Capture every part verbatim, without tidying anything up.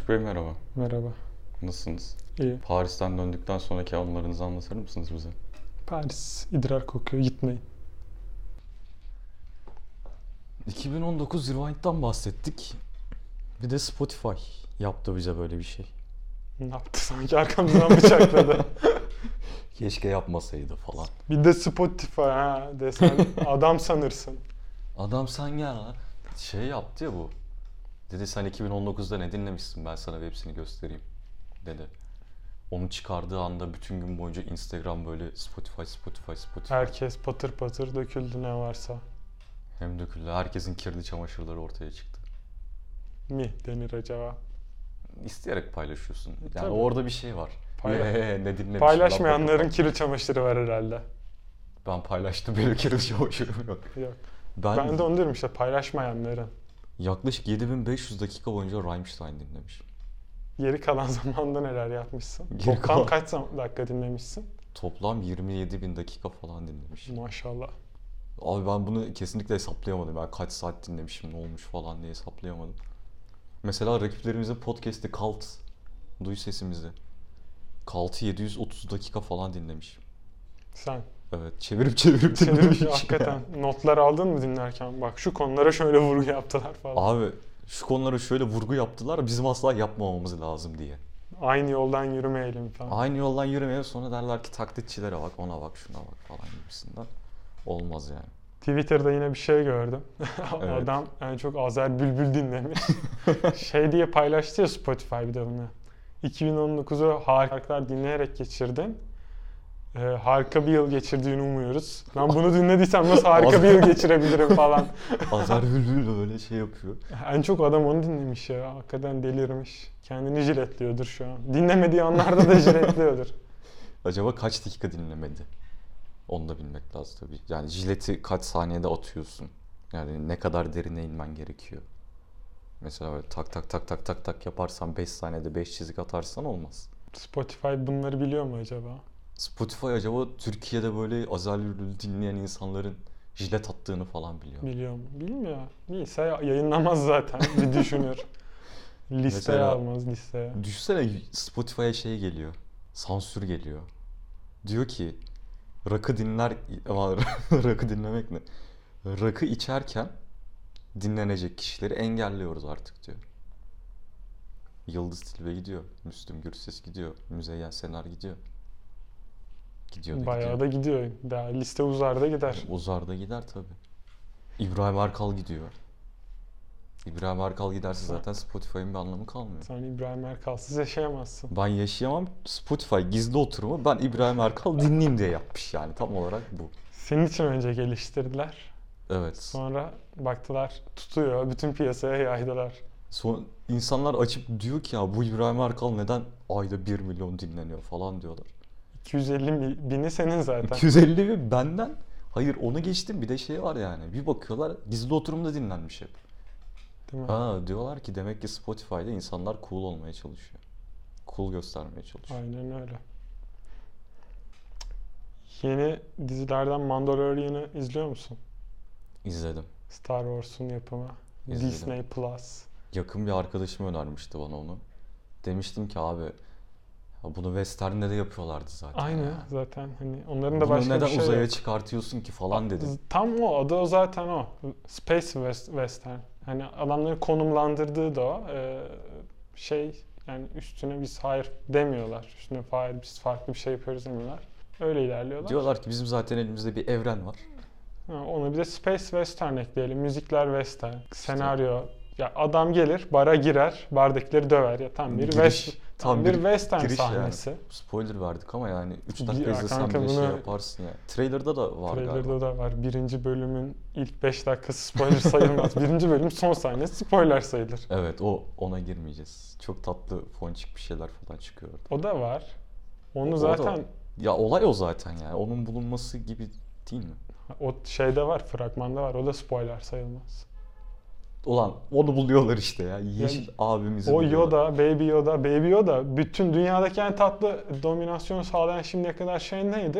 Selçuk Bey merhaba. Merhaba. Nasılsınız? İyi. Paris'ten döndükten sonraki anılarınızı anlatır mısınız bize? Paris idrar kokuyor. Gitmeyin. iki bin on dokuz Rewind'dan bahsettik. Bir de Spotify yaptı bize böyle bir şey. Ne yaptı sanki arkamdan bıçakladı. Keşke yapmasaydı falan. Bir de Spotify ha desen adam sanırsın. Adam sen gel lan. Şey yaptı ya bu. Dedi sen iki bin on dokuzda ne dinlemişsin, ben sana hepsini göstereyim dedi. Onu çıkardığı anda bütün gün boyunca Instagram böyle Spotify, Spotify, Spotify. Herkes patır patır döküldü ne varsa. Hem döküldü. Herkesin kirli çamaşırları ortaya çıktı. Mi denir acaba? İsteyerek paylaşıyorsun. Yani Tabii. orada bir şey var. Payla- Ee, ne dinlemişim. Paylaşmayanların kirli çamaşırı var herhalde. Ben paylaştım, benim kirli çamaşırım yok. Yok. Ben, Ben de onu diyorum işte paylaşmayanların. yaklaşık yedi bin beş yüz dakika boyunca Rammstein dinlemişim. Geri kalan zamanda neler yapmışsın? Geri Toplam kalan- kaç zam- dakika dinlemişsin? Toplam yirmi yedi bin dakika falan dinlemişim. Maşallah. Abi ben bunu kesinlikle hesaplayamadım. Ben kaç saat dinlemişim, ne olmuş falan diye hesaplayamadım. Mesela rakiplerimizin podcast'i Cult. Duy sesimizi. Cult'ı yedi yüz otuz dakika falan dinlemişim. Sen. Evet, çevirip çevirip Senin dinlemişim. hakikaten notlar aldın mı dinlerken? Bak şu konulara şöyle vurgu yaptılar falan. Abi şu konulara şöyle vurgu yaptılar, bizim asla yapmamamız lazım diye. Aynı yoldan yürümeyelim falan. Aynı yoldan yürümeye, sonra derler ki taklitçilere bak, ona bak, şuna bak falan gibisinden. Olmaz yani. Twitter'da yine bir şey gördüm. Evet. Adam en çok Azer Bülbül dinlemiş. Şey diye paylaştı ya Spotify bir de bunu. iki bin on dokuzu harikalar dinleyerek geçirdin. Ee, harika bir yıl geçirdiğini umuyoruz. Ben bunu dinlediysem nasıl harika bir yıl geçirebilirim falan. Azer Bülbül öyle şey yapıyor. En çok adam onu dinlemiş ya. Hakikaten delirmiş. Kendini jiletliyordur şu an. Dinlemediği anlarda da jiletliyordur. Acaba kaç dakika dinlemedi? Onu da bilmek lazım tabii. Yani jileti kaç saniyede atıyorsun? Yani ne kadar derine inmen gerekiyor? Mesela böyle tak tak tak tak tak tak yaparsan beş saniyede beş çizik atarsan olmaz. Spotify bunları biliyor mu acaba? Spotify acaba Türkiye'de böyle Azer Bülbül dinleyen insanların jilet attığını falan biliyor. Biliyor mu? Bilmiyor. Bilse yayınlamaz zaten. Bir düşünür. Listeye Mesela- almaz listeye. Düşünsene Spotify'a şey geliyor. Sansür geliyor. Diyor ki rakı dinler ama rakı dinlemek ne? Rakı içerken dinlenecek kişileri engelliyoruz artık diyor. Yıldız Tilbe gidiyor. Müslüm Gürses gidiyor. Müzeyyen Senar gidiyor. Gidiyor da Bayağı gidiyor. da gidiyor. Daha liste uzar da gider. Uzar da gider tabii. İbrahim Erkal gidiyor. İbrahim Erkal giderse zaten Spotify'ın bir anlamı kalmıyor. Sen İbrahim Erkal'sız yaşayamazsın. Ben yaşayamam. Spotify gizli oturumu ben İbrahim Erkal dinleyeyim diye yapmış yani. Tam olarak bu. Senin için önce geliştirdiler. Evet. Sonra baktılar tutuyor. Bütün piyasaya yaydılar. Son insanlar açıp diyor ki ya bu İbrahim Erkal neden ayda bir milyon dinleniyor falan diyorlar. iki yüz elli bini senin zaten. iki yüz elli bin benden. Hayır, onu geçtim, bir de şey var yani. Bir bakıyorlar gizli oturumda dinlenmiş hep. Değil mi? Ha, diyorlar ki demek ki Spotify'da insanlar cool olmaya çalışıyor. Cool göstermeye çalışıyor. Aynen öyle. Yeni dizilerden Mandalorian'ı izliyor musun? İzledim. Star Wars'un yapımı. İzledim. Disney Plus. Yakın bir arkadaşım önermişti bana onu. Demiştim ki abi ya bunu Western'de de yapıyorlardı zaten. Aynı ya. zaten hani onların da Bunu başka neden bir şey uzaya yok. çıkartıyorsun ki falan dedim. Tam o adı o zaten o. Space West- Western. Hani adamların konumlandırdığı da o. Ee, şey yani üstüne biz hayır demiyorlar. Üstüne hayır biz farklı bir şey yapıyoruz demiyorlar. Öyle ilerliyorlar. Diyorlar ki bizim zaten elimizde bir evren var. Ha, onu bir de Space Western ekleyelim. Müzikler Western. Senaryo. Ya adam gelir, bara girer, bardakileri döver. Ya tam bir Giriş, West, tam tam bir bir western giriş yani. sahnesi. Spoiler verdik ama yani üç Ya dakika izlesen kanka bile şey bunu- yaparsın ya. Trailer'da da var Trailer'da galiba. da var. Birinci bölümün ilk beş dakikası spoiler sayılmaz. Birinci bölüm son sahnesi spoiler sayılır. Evet, o ona girmeyeceğiz. Çok tatlı fonçik bir şeyler falan çıkıyor orada. O da var. Onu O- o zaten da- Ya olay o zaten yani. Onun bulunması gibi değil mi? o şeyde var, fragmanda var. O da spoiler sayılmaz. Ulan onu buluyorlar işte ya. Yeşil abimizi O buluyorlar. Yoda, Baby Yoda, Baby Yoda bütün dünyadaki en tatlı dominasyon sağlayan şimdiye kadar şey neydi?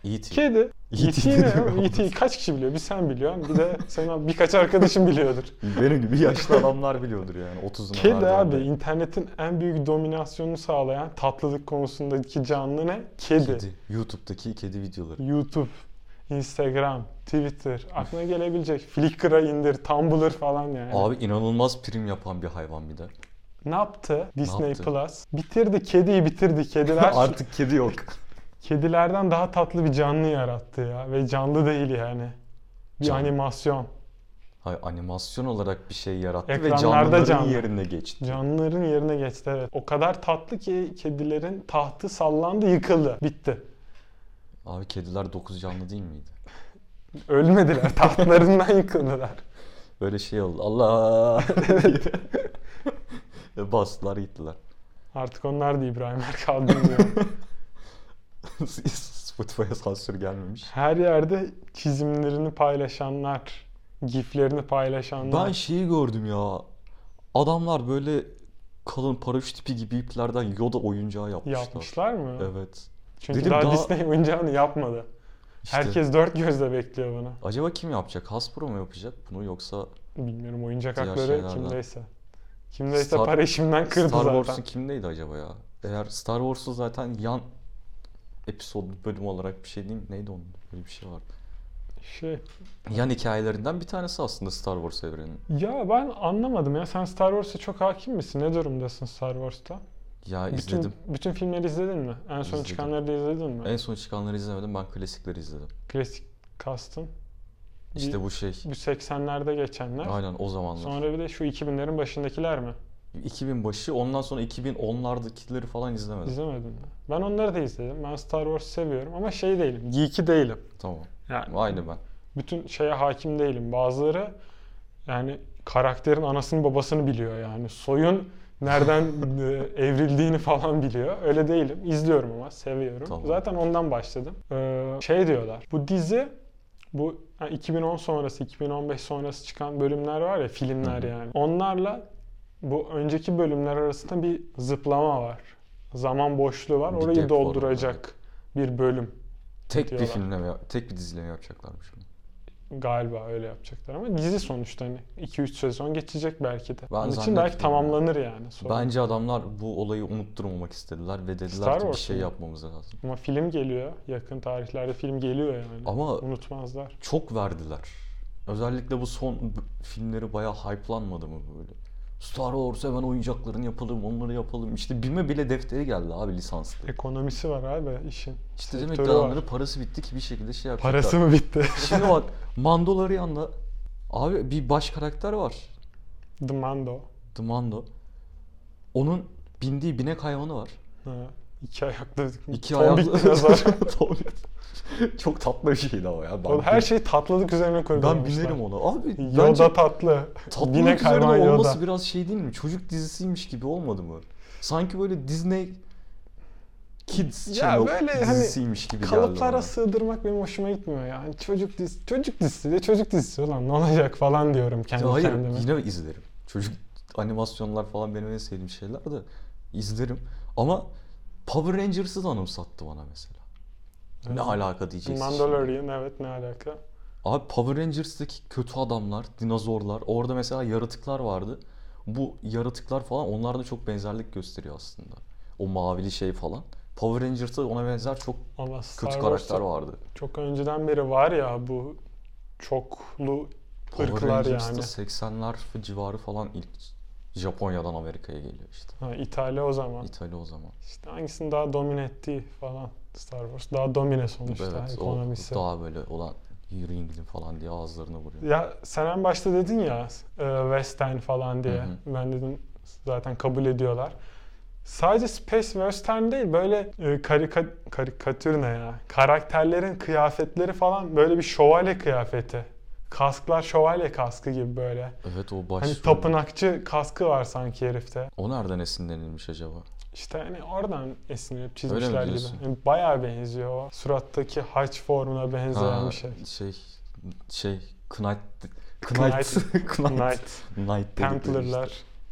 E T Kedi. E E T ne? E T kaç kişi biliyor? Bir sen biliyorsun. Bir de senin birkaç arkadaşın biliyordur. Benim gibi yaşlı adamlar biliyordur yani. otuzuna Kedi vardı abi, bende. internetin en büyük dominasyonunu sağlayan tatlılık konusundaki canlı ne? Kedi. Kedi. YouTube'daki kedi videoları. YouTube, Instagram, Twitter, aklına gelebilecek. Flickr'a indir, Tumblr falan yani. Abi inanılmaz prim yapan bir hayvan bir de. Ne yaptı Disney yaptı? Plus? Bitirdi, kediyi bitirdi. Kediler Artık kedi yok. kedilerden daha tatlı bir canlı yarattı ya. Ve canlı değil yani. Bir Canlı. animasyon. Hayır, animasyon olarak bir şey yarattı ve Ekranlarda canlıların canlı. yerine geçti. Canlıların yerine geçti, evet. O kadar tatlı ki kedilerin tahtı sallandı, yıkıldı. Bitti. Abi kediler dokuz canlı değil miydi? Ölmediler, tahtlarından yıkıldılar. Böyle şey oldu. Allah! Bastılar gittiler. Artık onlar da İbrahim Erkal dinliyor. Spotify'a sansür gelmemiş. Her yerde çizimlerini paylaşanlar, giflerini paylaşanlar. Ben şeyi gördüm ya. Adamlar böyle kalın paraşüt ipi gibi iplerden Yoda oyuncağı yapmışlar. Yapmışlar mı? Evet. Çünkü Dedim daha, daha- Disney oyuncağını yapmadı. İşte, Herkes dört gözle bekliyor bunu. acaba kim yapacak? Hasbro mu yapacak bunu yoksa Bilmiyorum, oyuncak Diğer hakları şeylerden. kimdeyse. Kimdeyse Star- para işimden kırdı Star zaten. Wars'u kimdeydi acaba ya? Eğer Star Wars'u zaten yan episod bölüm olarak bir şey değil mi? Neydi onun? Böyle bir şey var. Şey, Yan hikayelerinden bir tanesi aslında Star Wars evreninin. ya ben anlamadım ya. Sen Star Wars'a çok hakim misin? Ne durumdasın Star Wars'ta? Ya Bütün, izledim. bütün filmleri izledin mi? En son İzledim. çıkanları da izledin mi? En son çıkanları izlemedim. Ben klasikleri izledim. Klasik kastın. İşte bu şey. Bu seksenlerde geçenler. Aynen o zamanlar. Sonra bir de şu iki binlerin başındakiler mi? iki bin başı, ondan sonra iki bin onlardakileri falan izlemedim. İzlemedin mi? Ben onları da izledim. Ben Star Wars seviyorum ama şey değilim. Geek'i değilim. Tamam. Yani Aynı ben. bütün şeye hakim değilim. Bazıları yani karakterin anasını babasını biliyor yani. Soyun nereden e, evrildiğini falan biliyor. Öyle değilim. İzliyorum ama seviyorum. Tamam. Zaten ondan başladım. Ee, şey diyorlar. Bu dizi bu yani iki bin on sonrası, iki bin on beş sonrası çıkan bölümler var ya, filmler Hı hı. yani. Onlarla bu önceki bölümler arasında bir zıplama var. Zaman boşluğu var. Bir Orayı gap var dolduracak bir bölüm. Tek bir diyorlar. filmle mi, tek bir diziyle mi yapacaklarmış bunu? Galiba öyle yapacaklar ama dizi sonuçta hani iki üç sezon geçecek belki de. Ben Onun için belki zannetmiyorum. tamamlanır yani sonra. Bence adamlar bu olayı unutturmamak istediler ve dediler Star ki bir Wars şey mu? yapmamız lazım. Ama film geliyor. Yakın tarihlerde film geliyor yani. Ama Unutmazlar. çok verdiler. Özellikle bu son b- filmleri bayağı hype'lanmadı mı böyle? Star Wars hemen oyuncaklarını yapalım, onları yapalım. İşte bilme bile defteri geldi abi lisanslı. Ekonomisi var abi işin. İşte demek ki Sektörü var. adamların parası bitti ki bir şekilde şey yapacaklar. Parası mı bitti? Şimdi bak Mandalorian'da abi bir baş karakter var. The Mando. The Mando. Onun bindiği binek hayvanı var. Ha, iki ayaklı. İki tombik ayaklı. dinozor. Tombik. Çok tatlı bir şeydi ama ya. Ben, Oğlum her şey tatlılık üzerine kurulu. ben binerim ona. Abi Yoda bence tatlı. tatlılık Binek üzerine hayvan olması Yoda. biraz şey değil mi? Çocuk dizisiymiş gibi olmadı mı? Sanki böyle Disney Kids Ya Channel böyle hani dizisiymiş gibi geldi kalıplara bana. sığdırmak benim hoşuma gitmiyor yani. Çocuk dizisi, çocuk dizisi de çocuk dizisi ulan ne olacak falan diyorum kendi Ya hayır kendime. yine izlerim. Çocuk animasyonlar falan benim en sevdiğim şeyler de izlerim. Ama Power Rangers'ı da anımsattı bana mesela. Ne Evet. alaka diyeceksin şimdi. Mandalorian evet ne alaka? Abi Power Rangers'taki kötü adamlar, dinozorlar, orada mesela yaratıklar vardı. Bu yaratıklar falan onlarda çok benzerlik gösteriyor aslında. O mavili şey falan. Power Rangers'ta ona benzer çok Ama Star kötü karakter Wars'ta vardı. çok önceden beri var ya bu çoklu Power ırklar Rangers'ta yani. seksenler civarı falan ilk Japonya'dan Amerika'ya geliyor işte. Ha, İtalya o zaman. İtalya o zaman. İşte hangisini daha domine ettiği falan Star Wars. Daha domine sonuçta Evet, ekonomisi. o daha böyle olan yürüyün gidin falan diye ağızlarına vuruyor. Ya sen en başta dedin ya e, Western falan diye. Hı hı. Ben dedim zaten kabul ediyorlar. Sadece Space Western değil böyle e, karika, karikatür ne ya? Karakterlerin kıyafetleri falan böyle bir şövalye kıyafeti. Kasklar şövalye kaskı gibi böyle. Evet o baş. Hani tapınakçı kaskı var sanki herifte. O nereden esinlenilmiş acaba? İşte hani oradan esinlenip Öyle çizmişler mi gibi. diyorsun? Yani bayağı benziyor o. Surattaki haç formuna benzeyen Ha, bir şey. şey şey Knight Knight. Knight Knight Knight. Knight dedikleri Templar'lar. işte.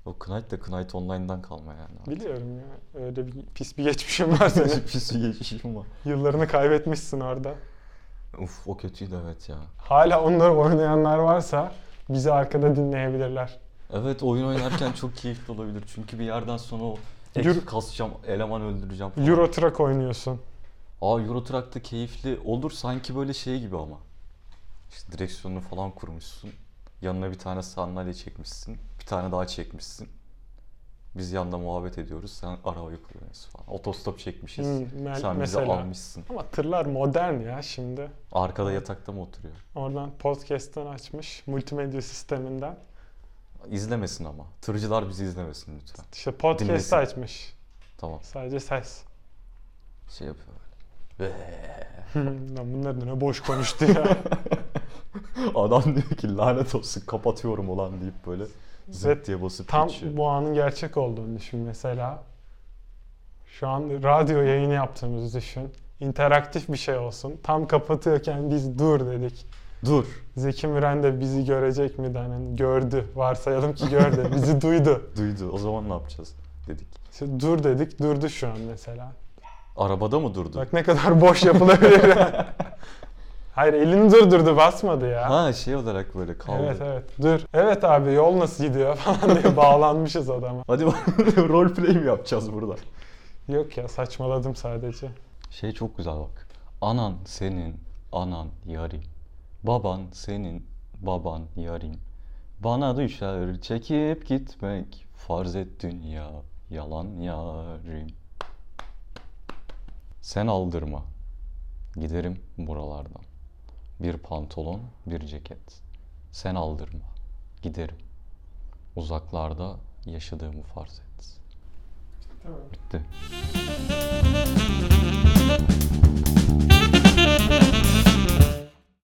O Knight de Knight Online'dan kalma yani. Biliyorum ya. Öyle bir pis bir geçmişim var senin. Pis bir geçişim var. Yıllarını kaybetmişsin orada. Uf o kötüydü evet ya. Hala onları oynayanlar varsa bizi arkada dinleyebilirler. Evet oyun oynarken çok keyifli olabilir. Çünkü bir yerden sonra o Euro- ek kasacağım, eleman öldüreceğim falan. Euro Truck oynuyorsun. Aa Euro Truck'ta keyifli olur sanki böyle şey gibi ama. İşte direksiyonunu falan kurmuşsun. Yanına bir tane sandalye çekmişsin. Bir tane daha çekmişsin. Biz yanında muhabbet ediyoruz. Sen arabayı kullanıyorsun falan. Otostop çekmişiz. Hmm, mel- Sen bizi mesela. almışsın. Ama tırlar modern ya şimdi. Arkada yatakta mı oturuyor? Oradan podcast'ten açmış. Multimedya sisteminden. İzlemesin ama. Tırcılar bizi izlemesin lütfen. İşte podcast Dinlesin. açmış. Tamam. Sadece ses. Şey yapıyor böyle. Lan bunlar da ne boş konuştu ya. Adam diyor ki lanet olsun kapatıyorum ulan deyip böyle zıt diye basıp Tam geçiyor. bu anın gerçek olduğunu düşün mesela. Şu an radyo yayını yaptığımızı düşün. İnteraktif bir şey olsun. Tam kapatıyorken biz dur dedik. Dur. Zeki Müren de bizi görecek mi hani gördü. Varsayalım ki gördü. Bizi duydu. Duydu. O zaman ne yapacağız dedik. İşte dur dedik. Durdu şu an mesela. Arabada mı durdu? Bak ne kadar boş yapılabilir. Hayır elini durdurdu basmadı ya. Ha şey olarak böyle kaldı. Evet evet dur. Evet abi yol nasıl gidiyor falan diye bağlanmışız adama. Hadi roleplay mi yapacağız burada? Yok ya saçmaladım sadece. Şey çok güzel bak. Anan senin, anan yarim. Baban senin, baban yarim. Bana düşer çekip gitmek. Farz et dünya, yalan yarim. Sen aldırma. Giderim buralardan. Bir pantolon, bir ceket. Sen aldırma. Giderim. Uzaklarda yaşadığımı farz et. Tamam. Bitti.